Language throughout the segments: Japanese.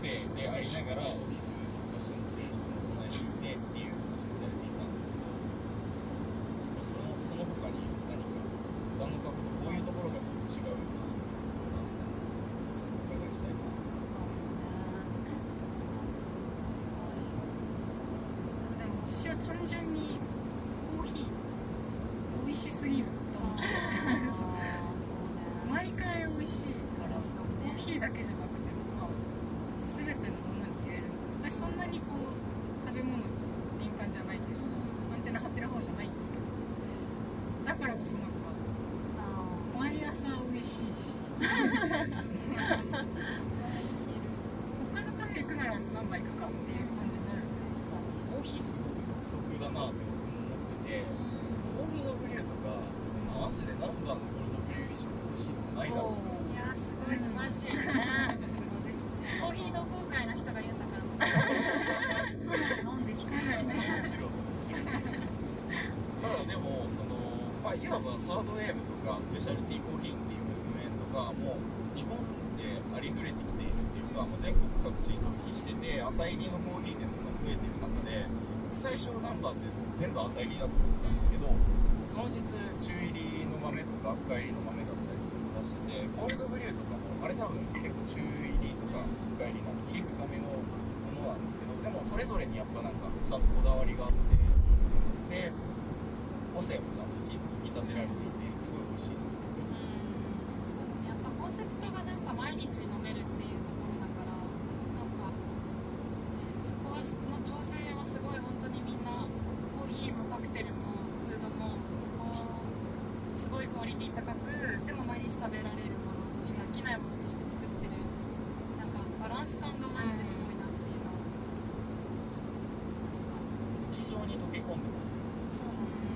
フェでありながらオフィスとしての性質も備えていてっていう話をされていたんですけど、その他に何か他の角度こういうところがちょっと違うようなところがあったらお伺いしたいな。 でも私は単純にコーヒー美味しすぎると思って毎回美味しいからさ、コーヒーだけじゃなくても、全てのものに言えるんですけど、私そんなにこう食べ物に敏感じゃないというか、アンテナ張ってる方じゃないんですけど、だからこそなんか毎朝美味しいし他のカフェ行くなら何杯行くかっていう感じになるんで、 コーヒーすごく独特だなって僕も思ってて、コールドブリューとかマジでナンバーのコールドブリュー以上美味しいのないだろう。 いやすごい素晴らしいね。コーヒー同好会の人が言うんだから飲んできたいね。 ただでもいわばサードウェーブとかスペシャルティーコーヒーっていうムーブメントがもう日本でありふれてきているっていうか、もう全国各地に飛び火してて朝入りのコーヒー店とか増えてる中で、最初のナンバーって全部朝入りだと思ってたんですけど、その実中入りの豆とか深入りの豆だったりとか出してて、コールドブリューとかもあれ多分結構中入りとか深入りなんで入り深めのものなんですけど、でもそれぞれにやっぱなんかちゃんとこだわりがあって、で個性もちゃんと引き立てられていてすごい美味しい。 そうね、やっぱコンセプトがなんか毎日飲めるっていうところだから、なんか、ね、そこの調整はすごい本当にみんなコーヒーもカクテルもフードもそこすごいクオリティ高く、でも毎日食べられるものとして飽きないものとして作ってる、なんかバランス感がマジですごいなっていうのは、確かに日常に溶け込んでますね。 そうなんだ。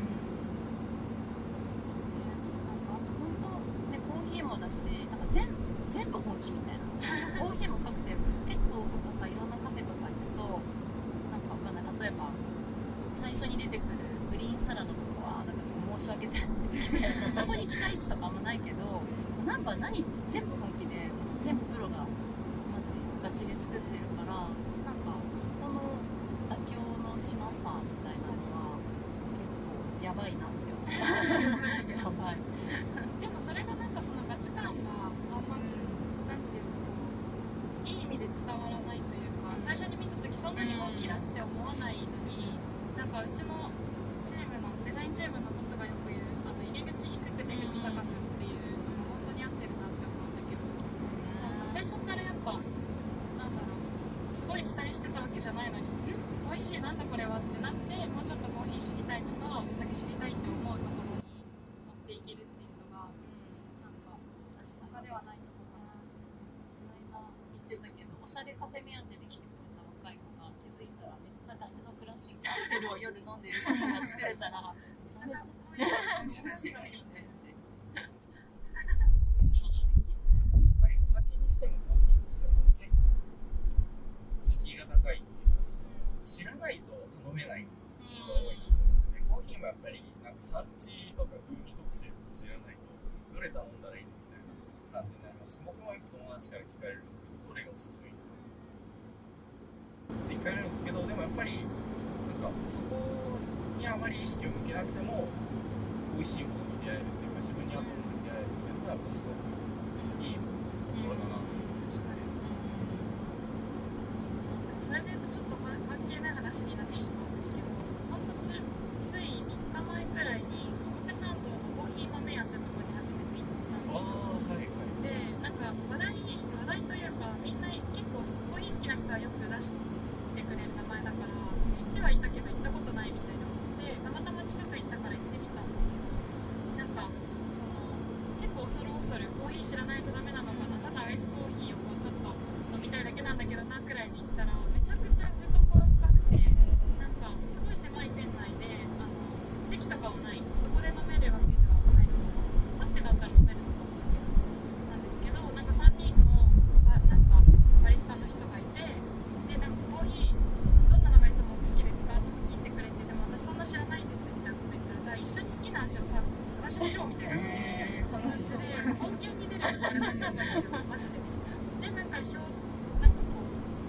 コーヒーもだし、なんか全部本気みたいなコーヒーもカクテルも結構なんかいろんなカフェとか行くと、なんかわかんない、例えば最初に出てくるグリーンサラダとかはなんか申し訳ない出てきてそこに期待値とかあんまないけど、なんか全部本気で全部プロがマジガチで作ってるから、なんかそこの妥協のしなさみたいなのは結構やばいなって思うやばいでもそれがなんかそのガチ感があんまなんていうの、いい意味で伝わらないというか、最初に見た時そんなに本気だって思わないのに、なんかうちのチームのデザインチームのボスがよく言う入り口低く出口高くっていうのが本当に合ってるなって思うんだけど、最初からやっぱなんだろう、すごい期待してたわけじゃないのに、美味しい、なんだこれはってなって、もうちょっとコーヒー知りたいとかお酒知りたいって思うところに持っていけるっていうのが、なんか他ではないところかな。 言ってたけど、おしゃれカフェ目当てで来てくれた若い子が気づいたらめっちゃガチのクラシックカクテルを夜飲んでるシーンが作れたらめちゃめちゃ面白いよねって。 やっぱりお酒にしてもコーヒーにしても結構敷居が高いっていうか、知らないと頼めないのが多い。でコーヒーもやっぱりなんか産地とか風味特性とか知らないとどれ頼んだらいいのみたいな感じになりますし、僕もよく友達から聞かれるんですけど、どれがおすすめって聞かれるんですけど、でもやっぱりなんかそこにあまり意識を向けなくても美味しいものに出会えるっていうか、自分に合ったものに出会えるっていうのがやっぱすごくいいところだな。 確かに。それで言うとちょっと関係ない話になってしまうんですけど、ほんとつい3日前くらいに表参道のコーヒー豆屋ってとこに初めて行ったんですよ。で、なんか話題というか、みんな結構コーヒー好きな人はよく出してくれる名前だから知ってはいたけど行ったことないみたいなので、たまたま近く行ったから行ってみたんですけど、なんかその結構恐る恐るコーヒー知らないとダメなのかな、ただアイスコーヒーをこうちょっと飲みたいだけなんだけどなくらいに行ったら、めちゃくちゃ懐深くて、なんかすごい狭い店内で席とかはない、そこで飲めるわけではないのかな、立ってだったら飲めるのかもだけどなんですけど、なんか3人もなんかバリスタの人がいて、でなんかコーヒーどんなのがいつも好きですかとか聞いてくれて、でも私そんな知らないんですみたいなこと言ったら、じゃあ一緒に好きな味を探しましょうみたいな楽しそうで、音源に出るみたいな感じだったんですよマジで。でなんかこう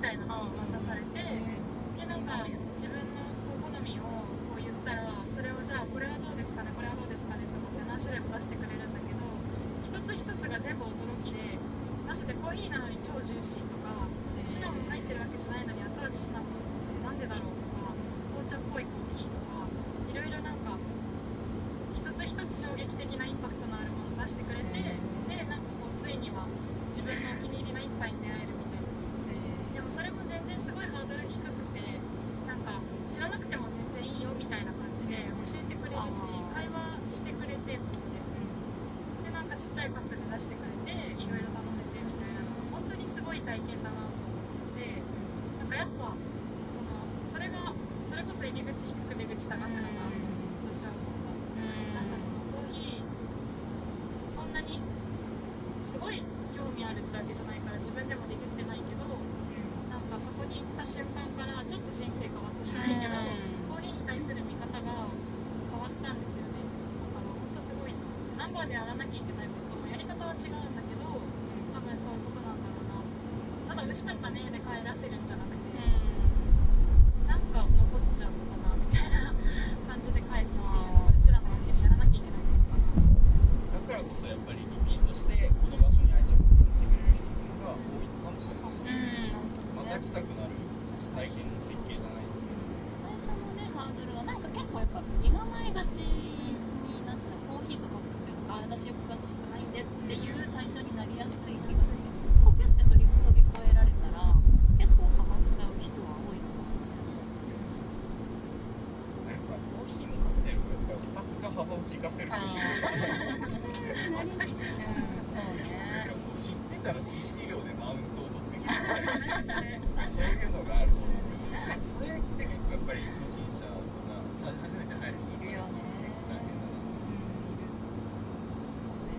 たいなのを渡されて、でなんか自分の好みをこう言ったら、それをじゃあこれはどうですかね、これはどうですかねとかって何種類も出してくれるんだけど、一つ一つが全部驚きで、マジでコーヒーなのに超ジューシーとか、シナモン入ってるわけじゃないのに後味シナモンってなんでだろうとか、紅茶っぽいコーヒーとか、いろいろなんか一つ一つ衝撃的なインパクトのあるものを出してくれて、でなんかこうついには自分のお気に入りの一杯に出会えるみたいな。でもそれも全然すごいハードル低くて、なんか知らなくても全然いいよみたいな感じで教えてくれるし、会話してくれて、そこでなんかちっちゃいカップで出してくれて、いろいろ頼めてみたいなのが本当にすごい体験だなと思って、なんかやっぱそれこそ入り口低く出口高くだなと私は思ったんですよ。なんかそのコーヒーそんなにすごい興味あるってわけじゃないから自分でもできてないけど、なんかそこに行った瞬間からちょっと人生変わったじゃないけど、コーヒーに対する見方が変わったんですよね。だから本当すごいナンバーでやらなきゃいけないこともやり方は違うんだけど、多分そういうことなんだろうな。ただ美味しかったねで帰らせるんじゃなくて、なんか残っちゃうのかなみたいな感じで返すっていうのがうちらの家でやらなきゃいけないことかな。 だからこそやっぱりリピートしてこの場所に愛着を感じてくれる人っていうのが多いのかもしれないですね。また来たくなる体験設計じゃないですけど、 最初のねハードルはなんか結構やっぱ身構えがちになっちゃう。コーヒーとかもかけると私よく詳しくないんでっていう対象になりやすい気がする。こうピュッて飛び越えられたら結構ハマっちゃう人は多いのかもしれない。 やっぱコーヒーもカクテルもやっぱオタクが幅を利かせるというかそうね。 しかも知ってたら知識量でマウントを取ってくるそういうのがあると思う。それって結構やっぱり初心者とか初めて入る人とか結構大変だな。 そうね。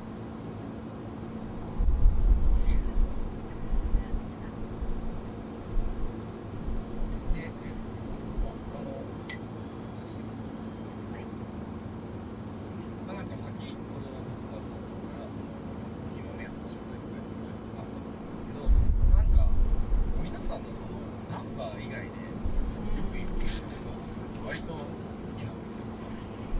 で、他の話もそうですね。まあなんか先ほど細川さんからそのコーヒー豆屋の紹介とかあったと思うんですけど、なんか皆さんのそのナンバー以外ですごくよく行くお店とか割と好きなお店とか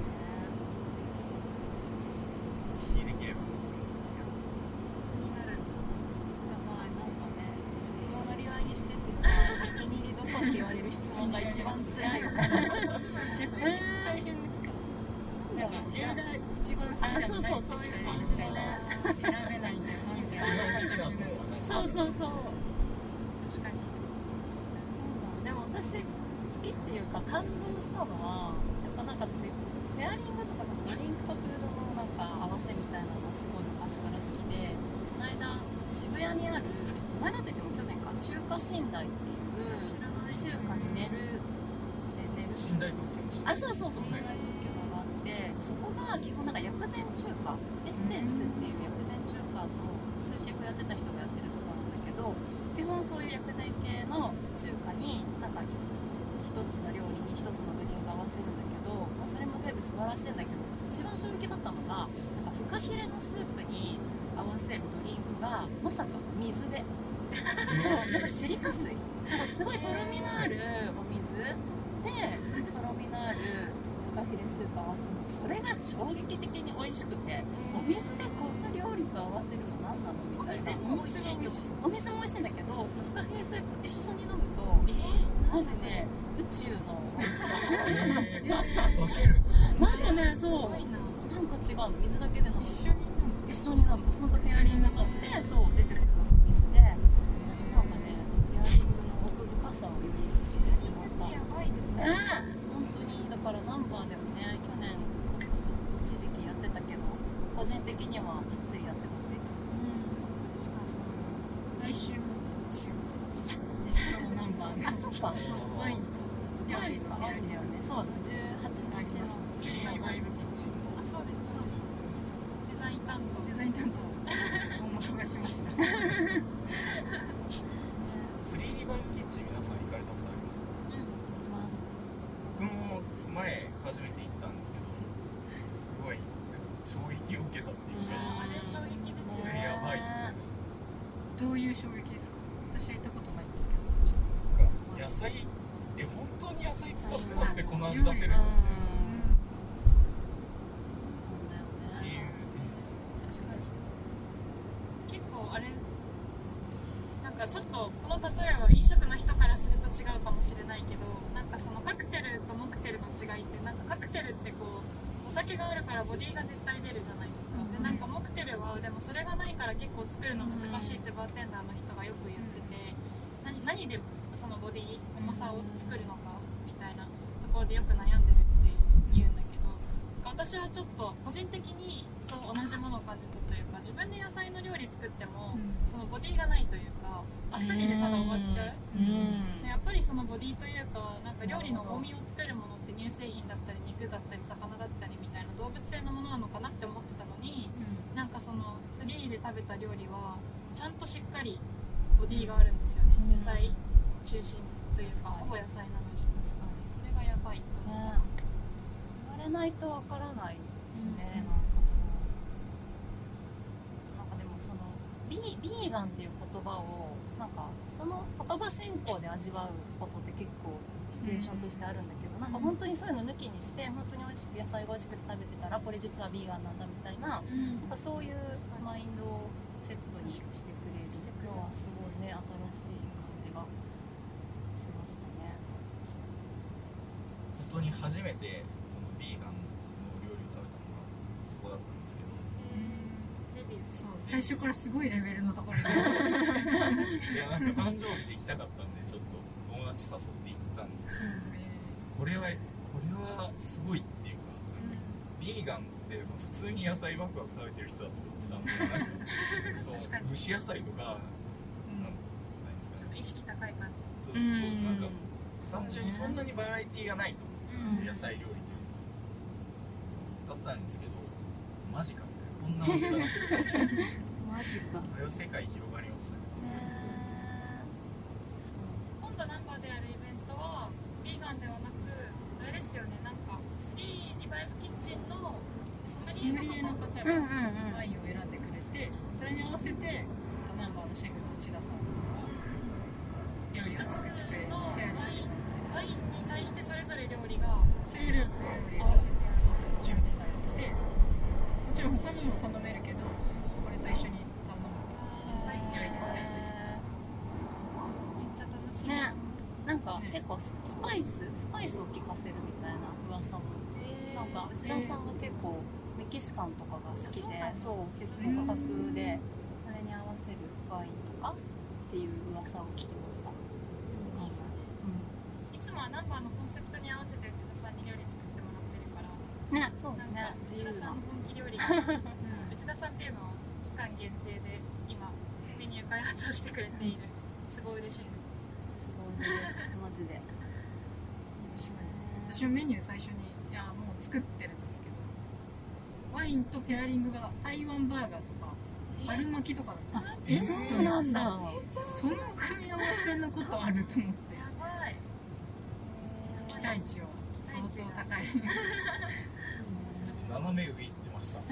聞きできればと思うんですけど。 気になる。 まあなんかね、職場のりわいにしてってさ、お気に入りどこって言われる質問が一番辛いよね。 大変ですか。なんか映画一番好きなのそうそうそういう感じだね。 選べないんだよなみたいな。 一番好きなものは何そうそうそう。 確かに。 でも私好きっていうか感動したのはやっぱなんか私ペアリングとかさ、ドリンクとフードのなんか合わせみたいなのがすごい昔から好きで、この間渋谷にある、この間って言っても去年か、中華寝台っていう知らない。 中華に寝る寝台特許のあ、そうそうそう、寝台特許があって、そこが基本なんか薬膳中華、エッセンスっていう薬膳中華のスーシェフやってた人がやってるところなんだけど、基本そういう薬膳系の中華になんか一つの料理に一つのドリンク合わせるんだけど、まあ、それも全部素晴らしいんだけど、一番衝撃だったのがなんかフカヒレのスープに合わせるドリンクがまさか水でなんかシリカ水、なんかすごいとろみのあるお水でとろみのあるフカヒレスープ合わせるの、それが衝撃的に美味しくて、お水でこんな料理と合わせるの何なのみたいな。 お水も美味しい。 お水も美味しいんだけど、そのフカヒレスープと一緒に飲むとマジで宇宙の美味しさ分けるんですね。 なんかね、そうすごいな。 なんか違うの、水だけで飲むと一緒に飲む。 一緒に飲む、ほんとペアリングとしてそう出てくるのが水で、私なんかね、そのペアリングの奥深さをより知ってしまった。 やばいですね。 本当にだからナンバーでもね、去年ちょっと一時期やってたけど、個人的にはびっつりやってほしい。 確かに。 来週も中でしかもナンバーあ、そっか。 ワインと料理のあるんだよね。そうだ、18日のスリーバイブキッチンのあ、そうです。 そうそうそう。 デザイン担当。 デザイン担当大元がしました。 スリーリバイブキッチン皆さん行かれたことありますか？ ます。 僕も前初めて行ったんですけど、すごい衝撃を受けたっていうか、 あれ衝撃ですよね。 やばいですよね。 どういう衝撃ですか？私は行ったことないんですけど。 菜本当に野菜使ってなくてこの味出せるのっていう確かに結構あれなんかちょっとこの例えは飲食の人からすると違うかもしれないけど、なんかそのカクテルとモクテルの違いって、なんかカクテルってこうお酒があるからボディが絶対出るじゃないですか。でなんかモクテルはでもそれがないから結構作るの難しいってバーテンダーの人がよく言ってて、何でそのボディ重さを作るのかみたいなところでよく悩んでるって言うんだけど、私はちょっと個人的にそう同じものを感じたというか、自分で野菜の料理作っても、そのボディがないというかあっさりでただ終わっちゃう、でやっぱりそのボディというか、なんか料理の重みを作るものって乳製品だったり肉だったり魚だったりみたいな動物性のものなのかなって思ってたのに、なんかその3で食べた料理はちゃんとしっかりボディがあるんですよね、野菜中心というかほぼ野菜なのに。それがやばいと思った、 言われないとわからないですね、なんかそうなんかでもそのビーガンっていう言葉をなんかその言葉先行で味わうことって結構シチュエーションとしてあるんだけど、なんか本当にそういうの抜きにして本当に美味しく野菜が美味しくて食べてたらこれ実はビーガンなんだみたいな、なんかそういうマインドをセットにしてくれるのはすごいね新しい感じがしましたね。 本当に初めてそのビーガンの料理を食べたのがそこだったんですけど、 レビューそう最初からすごいレベルのところでいやなんか誕生日で行きたかったんでちょっと友達誘って行ったんですけど、これはすごいっていうか、ビーガンって普通に野菜バクバク食べてる人だと思ってたんで、なんかそう蒸し野菜とか、 ちょっと意識高い感じ。 そうなんか単純にそんなにバラエティーがないと思ってたんですよ、野菜料理というのだったんですけど、マジかみたいな、こんな味がマジか。 これは世界広がりましたね。 今度ナンバーでやるイベントはビーガンではなくあれですよね、なんか3リバイブキッチンのソムリエの方がワインを選んでくれて、それに合わせてナンバーのシェフの内田さんが料理を作ってくれて、 ワインに対してそれぞれ料理がそれ料理合わせてそう準備されてて、もちろん他のも頼めるけどこれと一緒に頼むと良いですよ。 めっちゃ楽しみね、なんか結構スパイスを効かせるみたいな噂も、なんか内田さんが結構メキシカンとかが好きで、そう結構価格でそれに合わせるワインとかっていう噂を聞きました。 いいですね、いつもはナンバーのコンセプトに合わせて内田さんに料理作ってもらってるからね、そうね、 なんか自由な内田さんの本気料理が、内田さんっていうのは期間限定で今メニュー開発をしてくれているすごい嬉しい。 すごいですマジで。 私もメニュー最初にもう作ってるんですけど、ワインとペアリングが台湾バーガーとか春巻きとかなんですよ。 そうなんだ。 その組み合わせのことあると思ってやばい、 期待値は相当高い。 斜め上行ってました。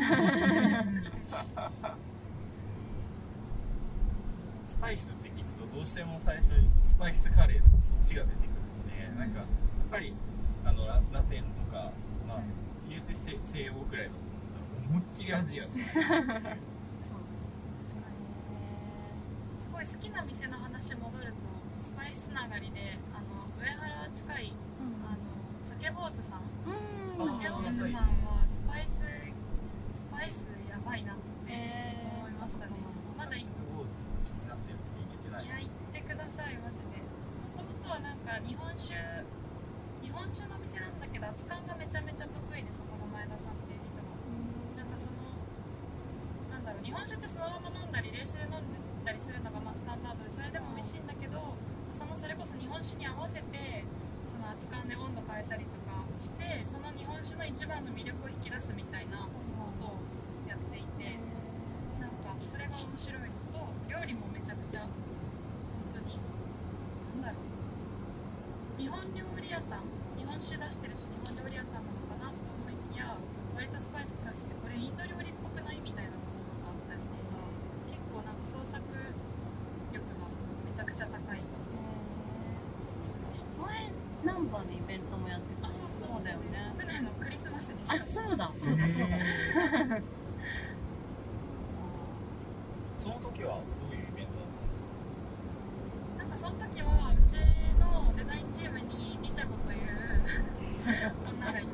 スパイスって聞くとどうしても最初にスパイスカレーとかそっちが出てくるので、なんかやっぱりラテンとか、まあ言うて西洋くらいだと思いっきりアジアじゃないそうすごい好きな店の話戻るとスパイスつながりで上原近い酒坊主さん、酒坊主さんはスパイスやばいなって思いましたね。まだ行気になってるんですけど行けてないです。 行ってくださいマジで。もともとはなんか日本酒の店なんだけど熱燗がめちゃめちゃ得意で、そこの前田さんっていう人が、なんかそのなんだろう、日本酒ってそのまま飲んだり冷酒で飲んだりするのがまあスタンダードで、それでも美味しいんだけど、それこそ日本酒に合わせてその熱燗で温度変えたりとかして、その日本酒の一番の魅力を引き出すみたいなことをやっていて、なんかそれが面白いのと、料理もめちゃくちゃ本当になんだろう、日本料理屋さん、日本酒出してるし日本料理屋さんなのかなと思いきや、割とスパイス化してこれインド料理っぽくないみたいなものとかあったりとか、結構なんか創作力がめちゃくちゃ高い、おすすめ。 ナンバーでイベントもやってた。 あ、そうだよね。 去年のクリスマスにした。 あ、そうだ。 その時はどういうイベントだったんですか？ なんかその時はうちのデザインチームにみちゃこという女がいて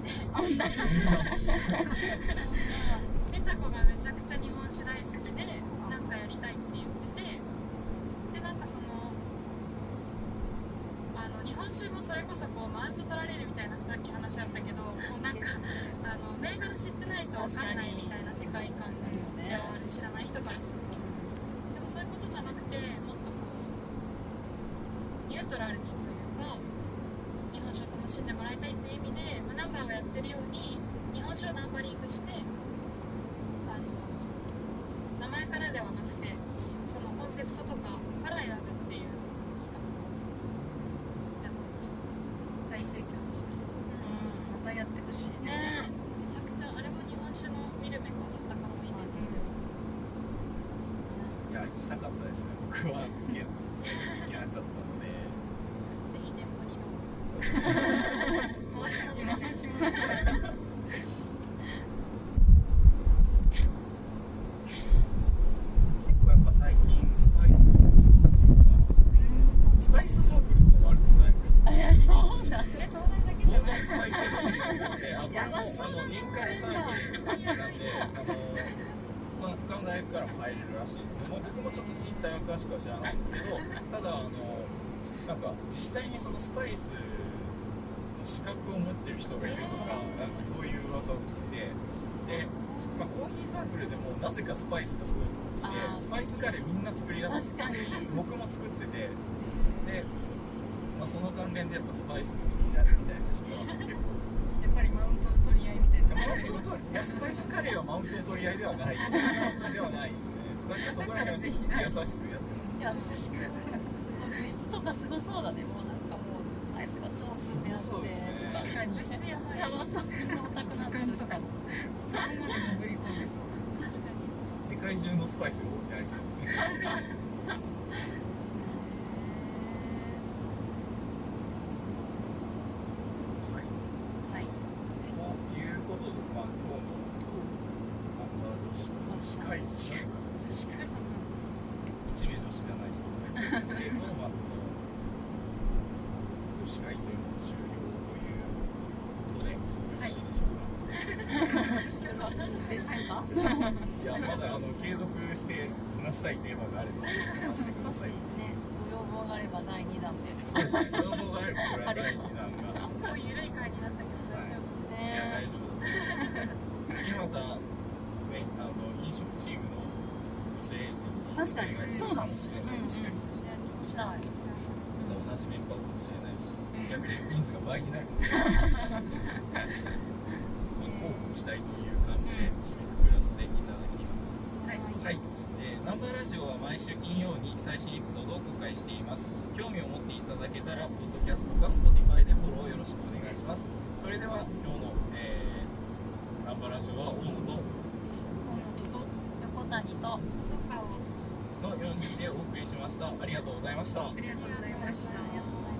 みちゃこがめちゃくちゃ日本酒大好きでなんかやりたいって言ってて、でなんかその日本酒もそれこそこうマウント取られるみたいなさっき話あったけど、こうなんか銘柄知ってないと分かんないみたいな世界観である、知らない人からすると。でもそういうことじゃなくて、もっとこうニュートラルにというか日本酒を楽しんでもらいたいっていう意味で、ナンバーがやってるように日本酒をナンバリングして、名前からではなくてそのコンセプトとかから選ぶっていう企画をやってました。 大盛況でした。またやってほしいね。めちゃくちゃあれも日本酒の見る目があったからしいね。 いや、行きたかったですね。僕は行けなかったので、 ぜひ店舗にどうぞ。 回し物回し物結構やっぱ最近スパイスサークルとかもあるんですよね。 そうだ。 それ東大だけじゃない。 スパイスサークルで、インカレサークルなんで、他の大学からも入れるらしいんですけども、僕もちょっと実態は詳しくは知らないんですけど、ただなんか実際にそのスパイスの資格を持ってる人がいるとか、なんかそういう噂を聞いて、で、コーヒーサークルでもなぜかスパイスがすごい好きで、スパイスカレーみんな作り出す。 確かに。 僕も作ってて、で、その関連でやっぱスパイスが気になるみたいな人は結構やっぱりマウントの取り合いみたいな。 スパイスカレーはマウントの取り合いではないですね。なんかそこら辺は優しくやってます。 優しく。物質とかすごそうだね。もうなんかもうスパイスが超進んであって。 そうですね。 確かに物質やばい。 やばそう。みんなオタクなんでしょ、しかも。 そこまで潜り込んでそう。 確かに。 世界中のスパイスが置いてありそうですね。一名女子じゃない人がいるんですけれども、その女子会というのが終了ということでよろしいでしょうか。 許可ですか？ いや、まだ継続して話したいテーマがあれば話してください。 もしね、ご要望があれば第2弾で。 そうですね。ご要望があればこれは第2弾が。 すごい緩い回になったけど大丈夫。 いや、大丈夫です。次またね、飲食チームの女性陣にお願いするかもしれないし、 聞きたい。 同じメンバーかもしれないし、逆に人数が倍になるかもしれないし、交互期待という感じで締めくくらせていただきます。はい、ナンバーラジオは毎週金曜に最新エピソードを公開しています。興味を持っていただけたら、ポッドキャストか Spotify でフォローよろしくお願いします。それでは今日の、ナンバーラジオは大野と横谷と細川の4人でお送りしました。ありがとうございました。 ありがとうございました。